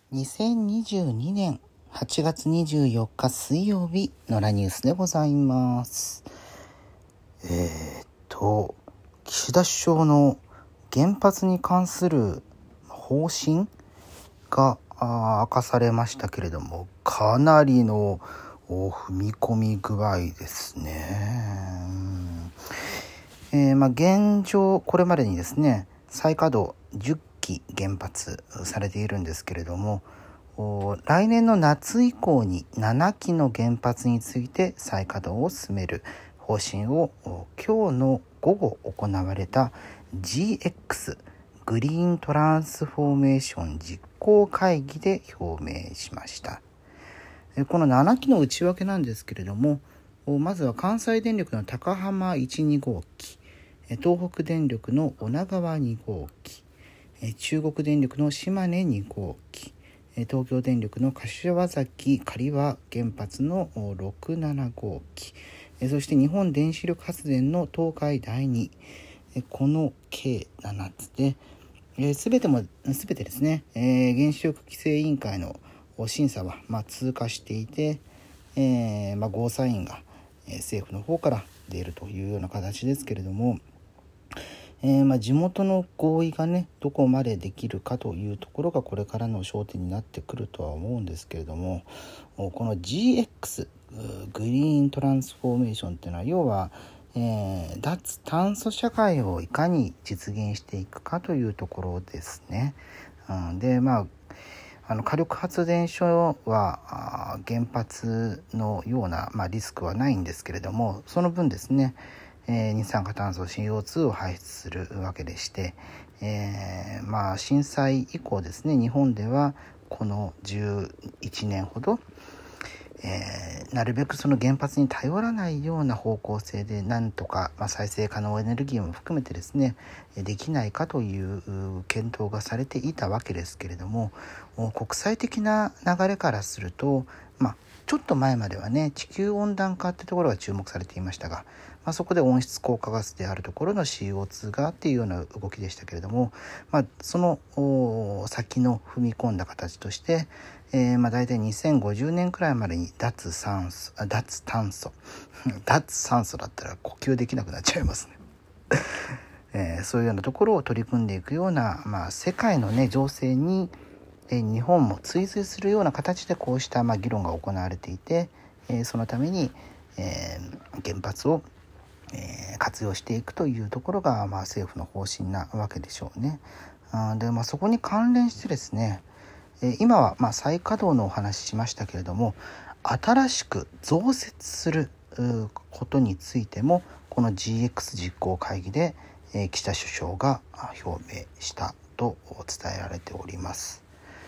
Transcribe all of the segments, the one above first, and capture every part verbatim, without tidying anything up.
にせんにじゅうにねんはちがつにじゅうよっか水曜日のラニュースでございます。えー、っと岸田首相の原発に関する方針が明かされましたけれども、かなりの踏み込み具合ですね。うんえーまあ、現状これまでにですね再稼働じゅっき原発されているんですけれども、来年の夏以降にななきの原発について再稼働を進める方針を今日の午後行われた ジーエックス グリーントランスフォーメーション実行会議で表明しました。このななきの内訳なんですけれども、まずは関西電力の高浜いち、に号機、東北電力の女川に号機、中国電力の島根に号機、東京電力の柏崎刈羽原発のろく、なな号機、そして日本電子力発電の東海だいに、この計ななつで、すべてもすべてですね、原子力規制委員会の審査はまあ通過していて、えーまあ、ゴーサインが政府の方から出るというような形ですけれども、えーまあ、地元の合意がねどこまでできるかというところがこれからの焦点になってくるとは思うんですけれども、この ジーエックス グリーントランスフォーメーションっていうのは要は、えー、脱炭素社会をいかに実現していくかというところですね。うん、でまああの火力発電所は原発のような、まあ、リスクはないんですけれども、その分ですね、えー、二酸化炭素 シーオーツー を排出するわけでして、えー、まあ震災以降ですね、日本ではこのじゅういちねんほど、えー、なるべくその原発に頼らないような方向性でなんとか、まあ、再生可能エネルギーも含めてですねできないかという検討がされていたわけですけれども、国際的な流れからすると、まあ、ちょっと前まではね地球温暖化ってところが注目されていましたが、まあ、そこで温室効果ガスであるところの シーオーツー がっていうような動きでしたけれども、まあ、その先の踏み込んだ形として、えー、まあ大体にせんごじゅうねんくらいまでに脱酸素、あ脱炭素脱酸素だったら呼吸できなくなっちゃいますね、えー、そういうようなところを取り組んでいくような、まあ、世界のね情勢に、えー、日本も追随するような形でこうした、まあ、議論が行われていて、えー、そのために、えー、原発を、えー、活用していくというところが、まあ、政府の方針なわけでしょうね。あで、まあ、そこに関連してですね、今はまあ再稼働のお話ししましたけれども、新しく増設することについてもこの ジーエックス 実行会議で岸田首相が表明したと伝えられております。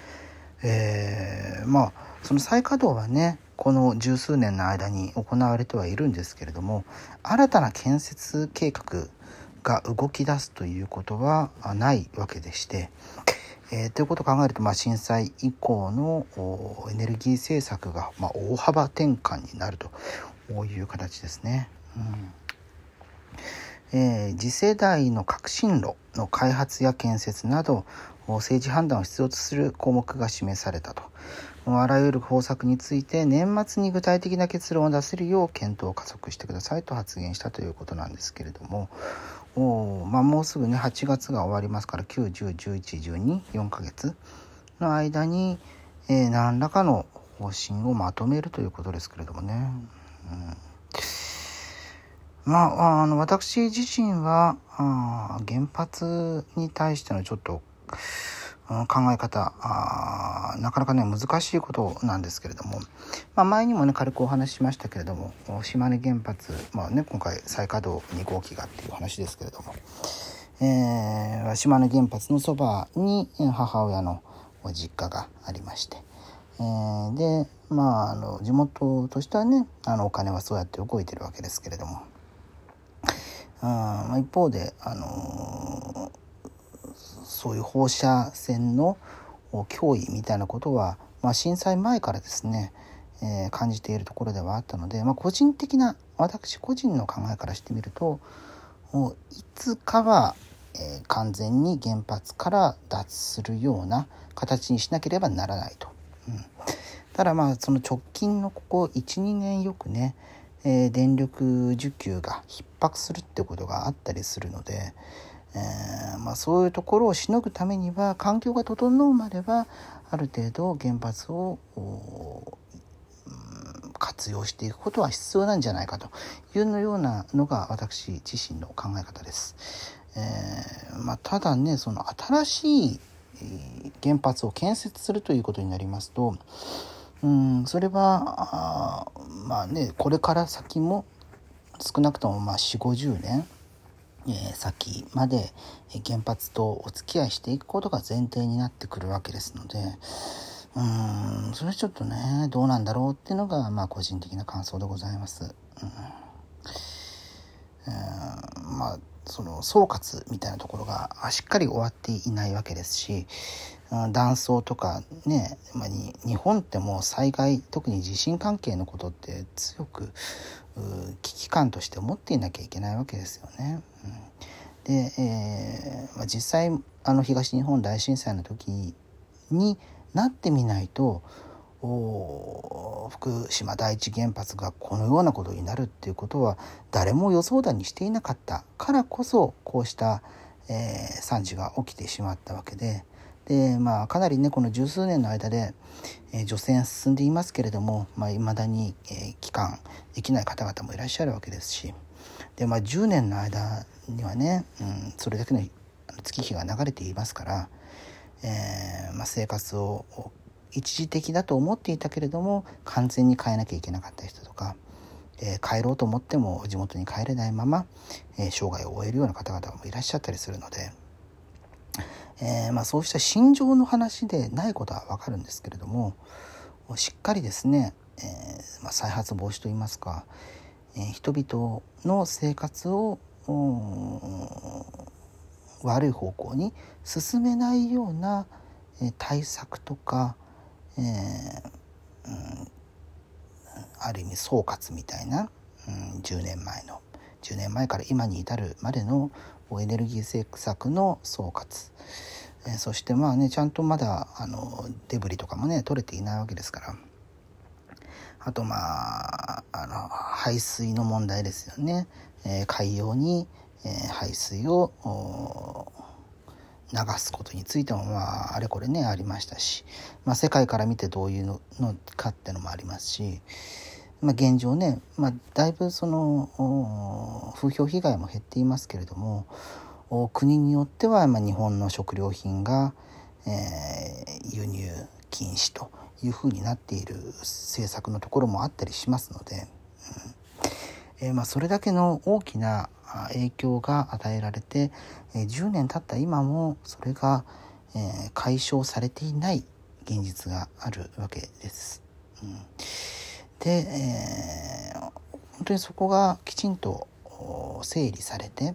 えー、まあその再稼働はねこの十数年の間に行われてはいるんですけれども、新たな建設計画が動き出すということはないわけでして、えー、ということを考えると、まあ、震災以降のエネルギー政策が、まあ、大幅転換になるという形ですね。うんえー、次世代の革新炉の開発や建設など政治判断を必要とする項目が示されたと。あらゆる方策について年末に具体的な結論を出せるよう検討を加速してくださいと発言したということなんですけれども、おまあ、もうすぐねはちがつが終わりますからきゅう、じゅう、じゅういち、じゅうに、よんかげつの間に、えー、何らかの方針をまとめるということですけれどもね、うん、まああの私自身はあ原発に対してのちょっと考え方あなかなかね難しいことなんですけれども、まあ、前にもね軽くお話ししましたけれども、島根原発、まあね、今回再稼働に号機がっていう話ですけれども、えー、島根原発のそばに母親の実家がありまして、えー、でまああの地元としてはねあのお金はそうやって動いてるわけですけれども、あまあ一方であのーそういう放射線の脅威みたいなことは、まあ、震災前からですね、えー、感じているところではあったので、まあ、個人的な私個人の考えからしてみるといつかは、 えー、完全に原発から脱するような形にしなければならないと。うん、ただまあその直近のここ いちにねんよくね、えー、電力需給が逼迫するってことがあったりするので、えーまあ、そういうところをしのぐためには環境が整うまではある程度原発を活用していくことは必要なんじゃないかというのようなのが私自身の考え方です。えーまあ、ただね、その新しい原発を建設するということになりますと、うん、それはあまあね、これから先も少なくともまあよんじゅうごじゅうねん、えー、先まで原発とお付き合いしていくことが前提になってくるわけですので、うーんそれはちょっとねどうなんだろうっていうのがまあ個人的な感想でございます。うんえー、まあその総括みたいなところがしっかり終わっていないわけですし、断層とかね、まあ、に日本ってもう災害、特に地震関係のことって強く危機感として持っていなきゃいけないわけですよね。うん、で、えーまあ、実際あの東日本大震災の時になってみないと、福島第一原発がこのようなことになるっていうことは誰も予想だにしていなかったからこそ、こうした、えー、惨事が起きてしまったわけで、で、まあ、かなりねこの十数年の間で、えー、除染進んでいますけれども、まあ、未だに、えー、帰還できない方々もいらっしゃるわけですし、で、まあ、じゅうねんの間にはね、うん、それだけの月日が流れていますから、えーまあ、生活を一時的だと思っていたけれども完全に変えなきゃいけなかった人とか、えー、帰ろうと思っても地元に帰れないまま、えー、生涯を終えるような方々もいらっしゃったりするので、えーまあ、そうした心情の話でないことはわかるんですけれども、しっかりですね、えーまあ、再発防止といいますか、えー、人々の生活を悪い方向に進めないような、えー、対策とか、えーうん、ある意味総括みたいな、うん、じゅうねんまえのじゅうねんまえから今に至るまでのエネルギー政策の総括、えー、そしてまあねちゃんとまだあのデブリとかもね取れていないわけですから、あとまああの排水の問題ですよね、えー、海洋に、えー、排水を流すことについてもまああれこれねありましたし、まあ、世界から見てどういうのかってのもありますし、まあ、現状ね、まあ、だいぶその風評被害も減っていますけれども、国によってはまあ日本の食料品が、えー、輸入禁止というふうになっている政策のところもあったりしますので、うんえーまあ、それだけの大きな影響が与えられて、えー、じゅうねん経った今もそれが、えー、解消されていない現実があるわけです。うん、で、えー、本当にそこがきちんと整理されて、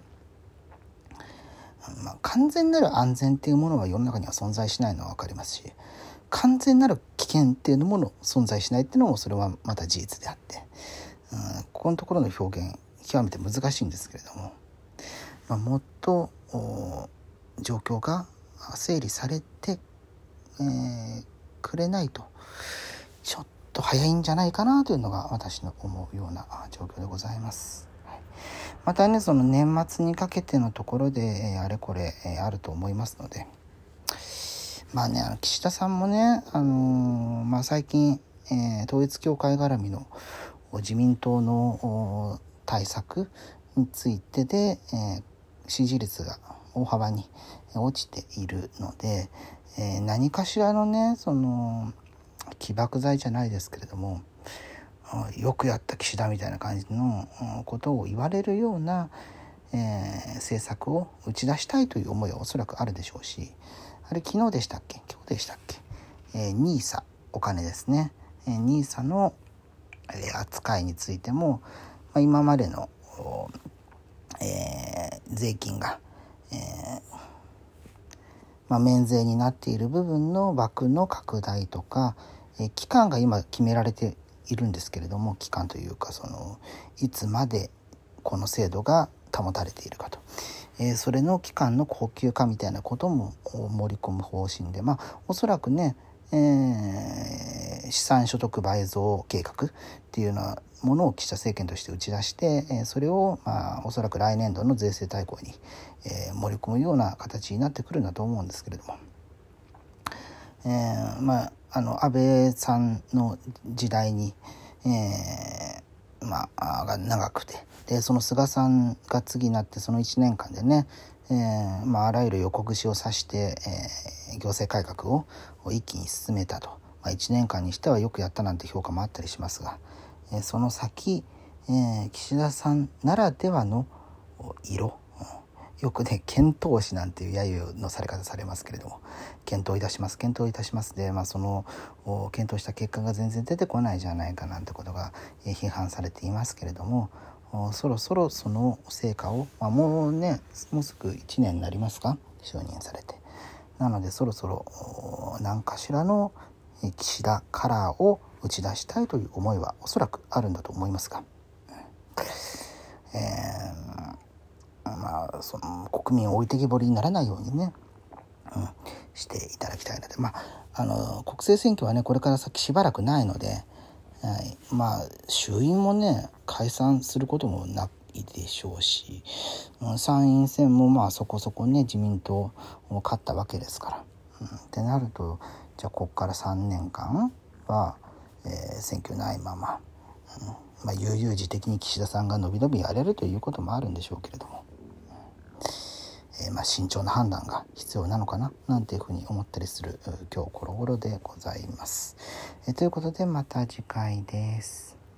まあ、完全なる安全っていうものは世の中には存在しないのは分かりますし、完全なる危険っていうもの存在しないっていうのもそれはまた事実であって、うん、ここのところの表現極めて難しいんですけれども、まあ、もっと状況が整理されて、えー、くれないとちょっと早いんじゃないかなというのが私の思うような状況でございます。はい、またねその年末にかけてのところで、えー、あれこれ、えー、あると思いますので、まあねあの岸田さんもね、あのーまあ、最近、えー、統一教会絡みの自民党の対策についてで、えー、支持率が大幅に落ちているので、えー、何かしらのねその起爆剤じゃないですけれども、よくやった岸田みたいな感じのことを言われるような、えー、政策を打ち出したいという思いはおそらくあるでしょうし、あれ昨日でしたっけ今日でしたっけ、えー、ニーサ お金ですね、えー、ニーサ の扱いについても、まあ、今までの、えー、税金が、えーまあ、免税になっている部分の枠の拡大とか、えー、期間が今決められているんですけれども、期間というかそのいつまでこの制度が保たれているかと、えー、それの期間の恒久化みたいなことも盛り込む方針で、まあおそらくね、えー、資産所得倍増計画っていうようなものを岸田政権として打ち出して、えー、それを、まあ、おそらく来年度の税制大綱に、えー、盛り込むような形になってくるんだと思うんですけれども、えー、まああの安倍さんの時代に、えー、まあが長くて、でその菅さんが次になってそのいちねんかんでね、えーまあ、あらゆる横串を刺して、えー、行政改革を一気に進めたと、まあ、いちねんかんにしてはよくやったなんて評価もあったりしますが、えー、その先、えー、岸田さんならではの色、よくね検討しなんていう揶揄のされ方されますけれども、検討いたします検討いたしますで、まあ、その検討した結果が全然出てこないじゃないかなんてことが批判されていますけれども、そろそろその成果を、まあ、もうねもうすぐいちねんになりますか、承認されて、なのでそろそろ何かしらの岸田カラーを打ち出したいという思いはおそらくあるんだと思いますが、えー、まあその国民を置いてきぼりにならないようにね、うん、していただきたいので、まああの国政選挙はねこれから先しばらくないので、はい、まあ衆院もね解散することもないでしょうし、参院選もまあそこそこね自民党勝ったわけですから、うん、ってなるとじゃあここからさんねんかんは、えー、選挙ないまま、うんまあ、悠々自適に岸田さんがのびのびやれるということもあるんでしょうけれども、えーまあ、慎重な判断が必要なのかななんていうふうに思ったりする今日ころ頃でございます。えー、ということでまた次回です。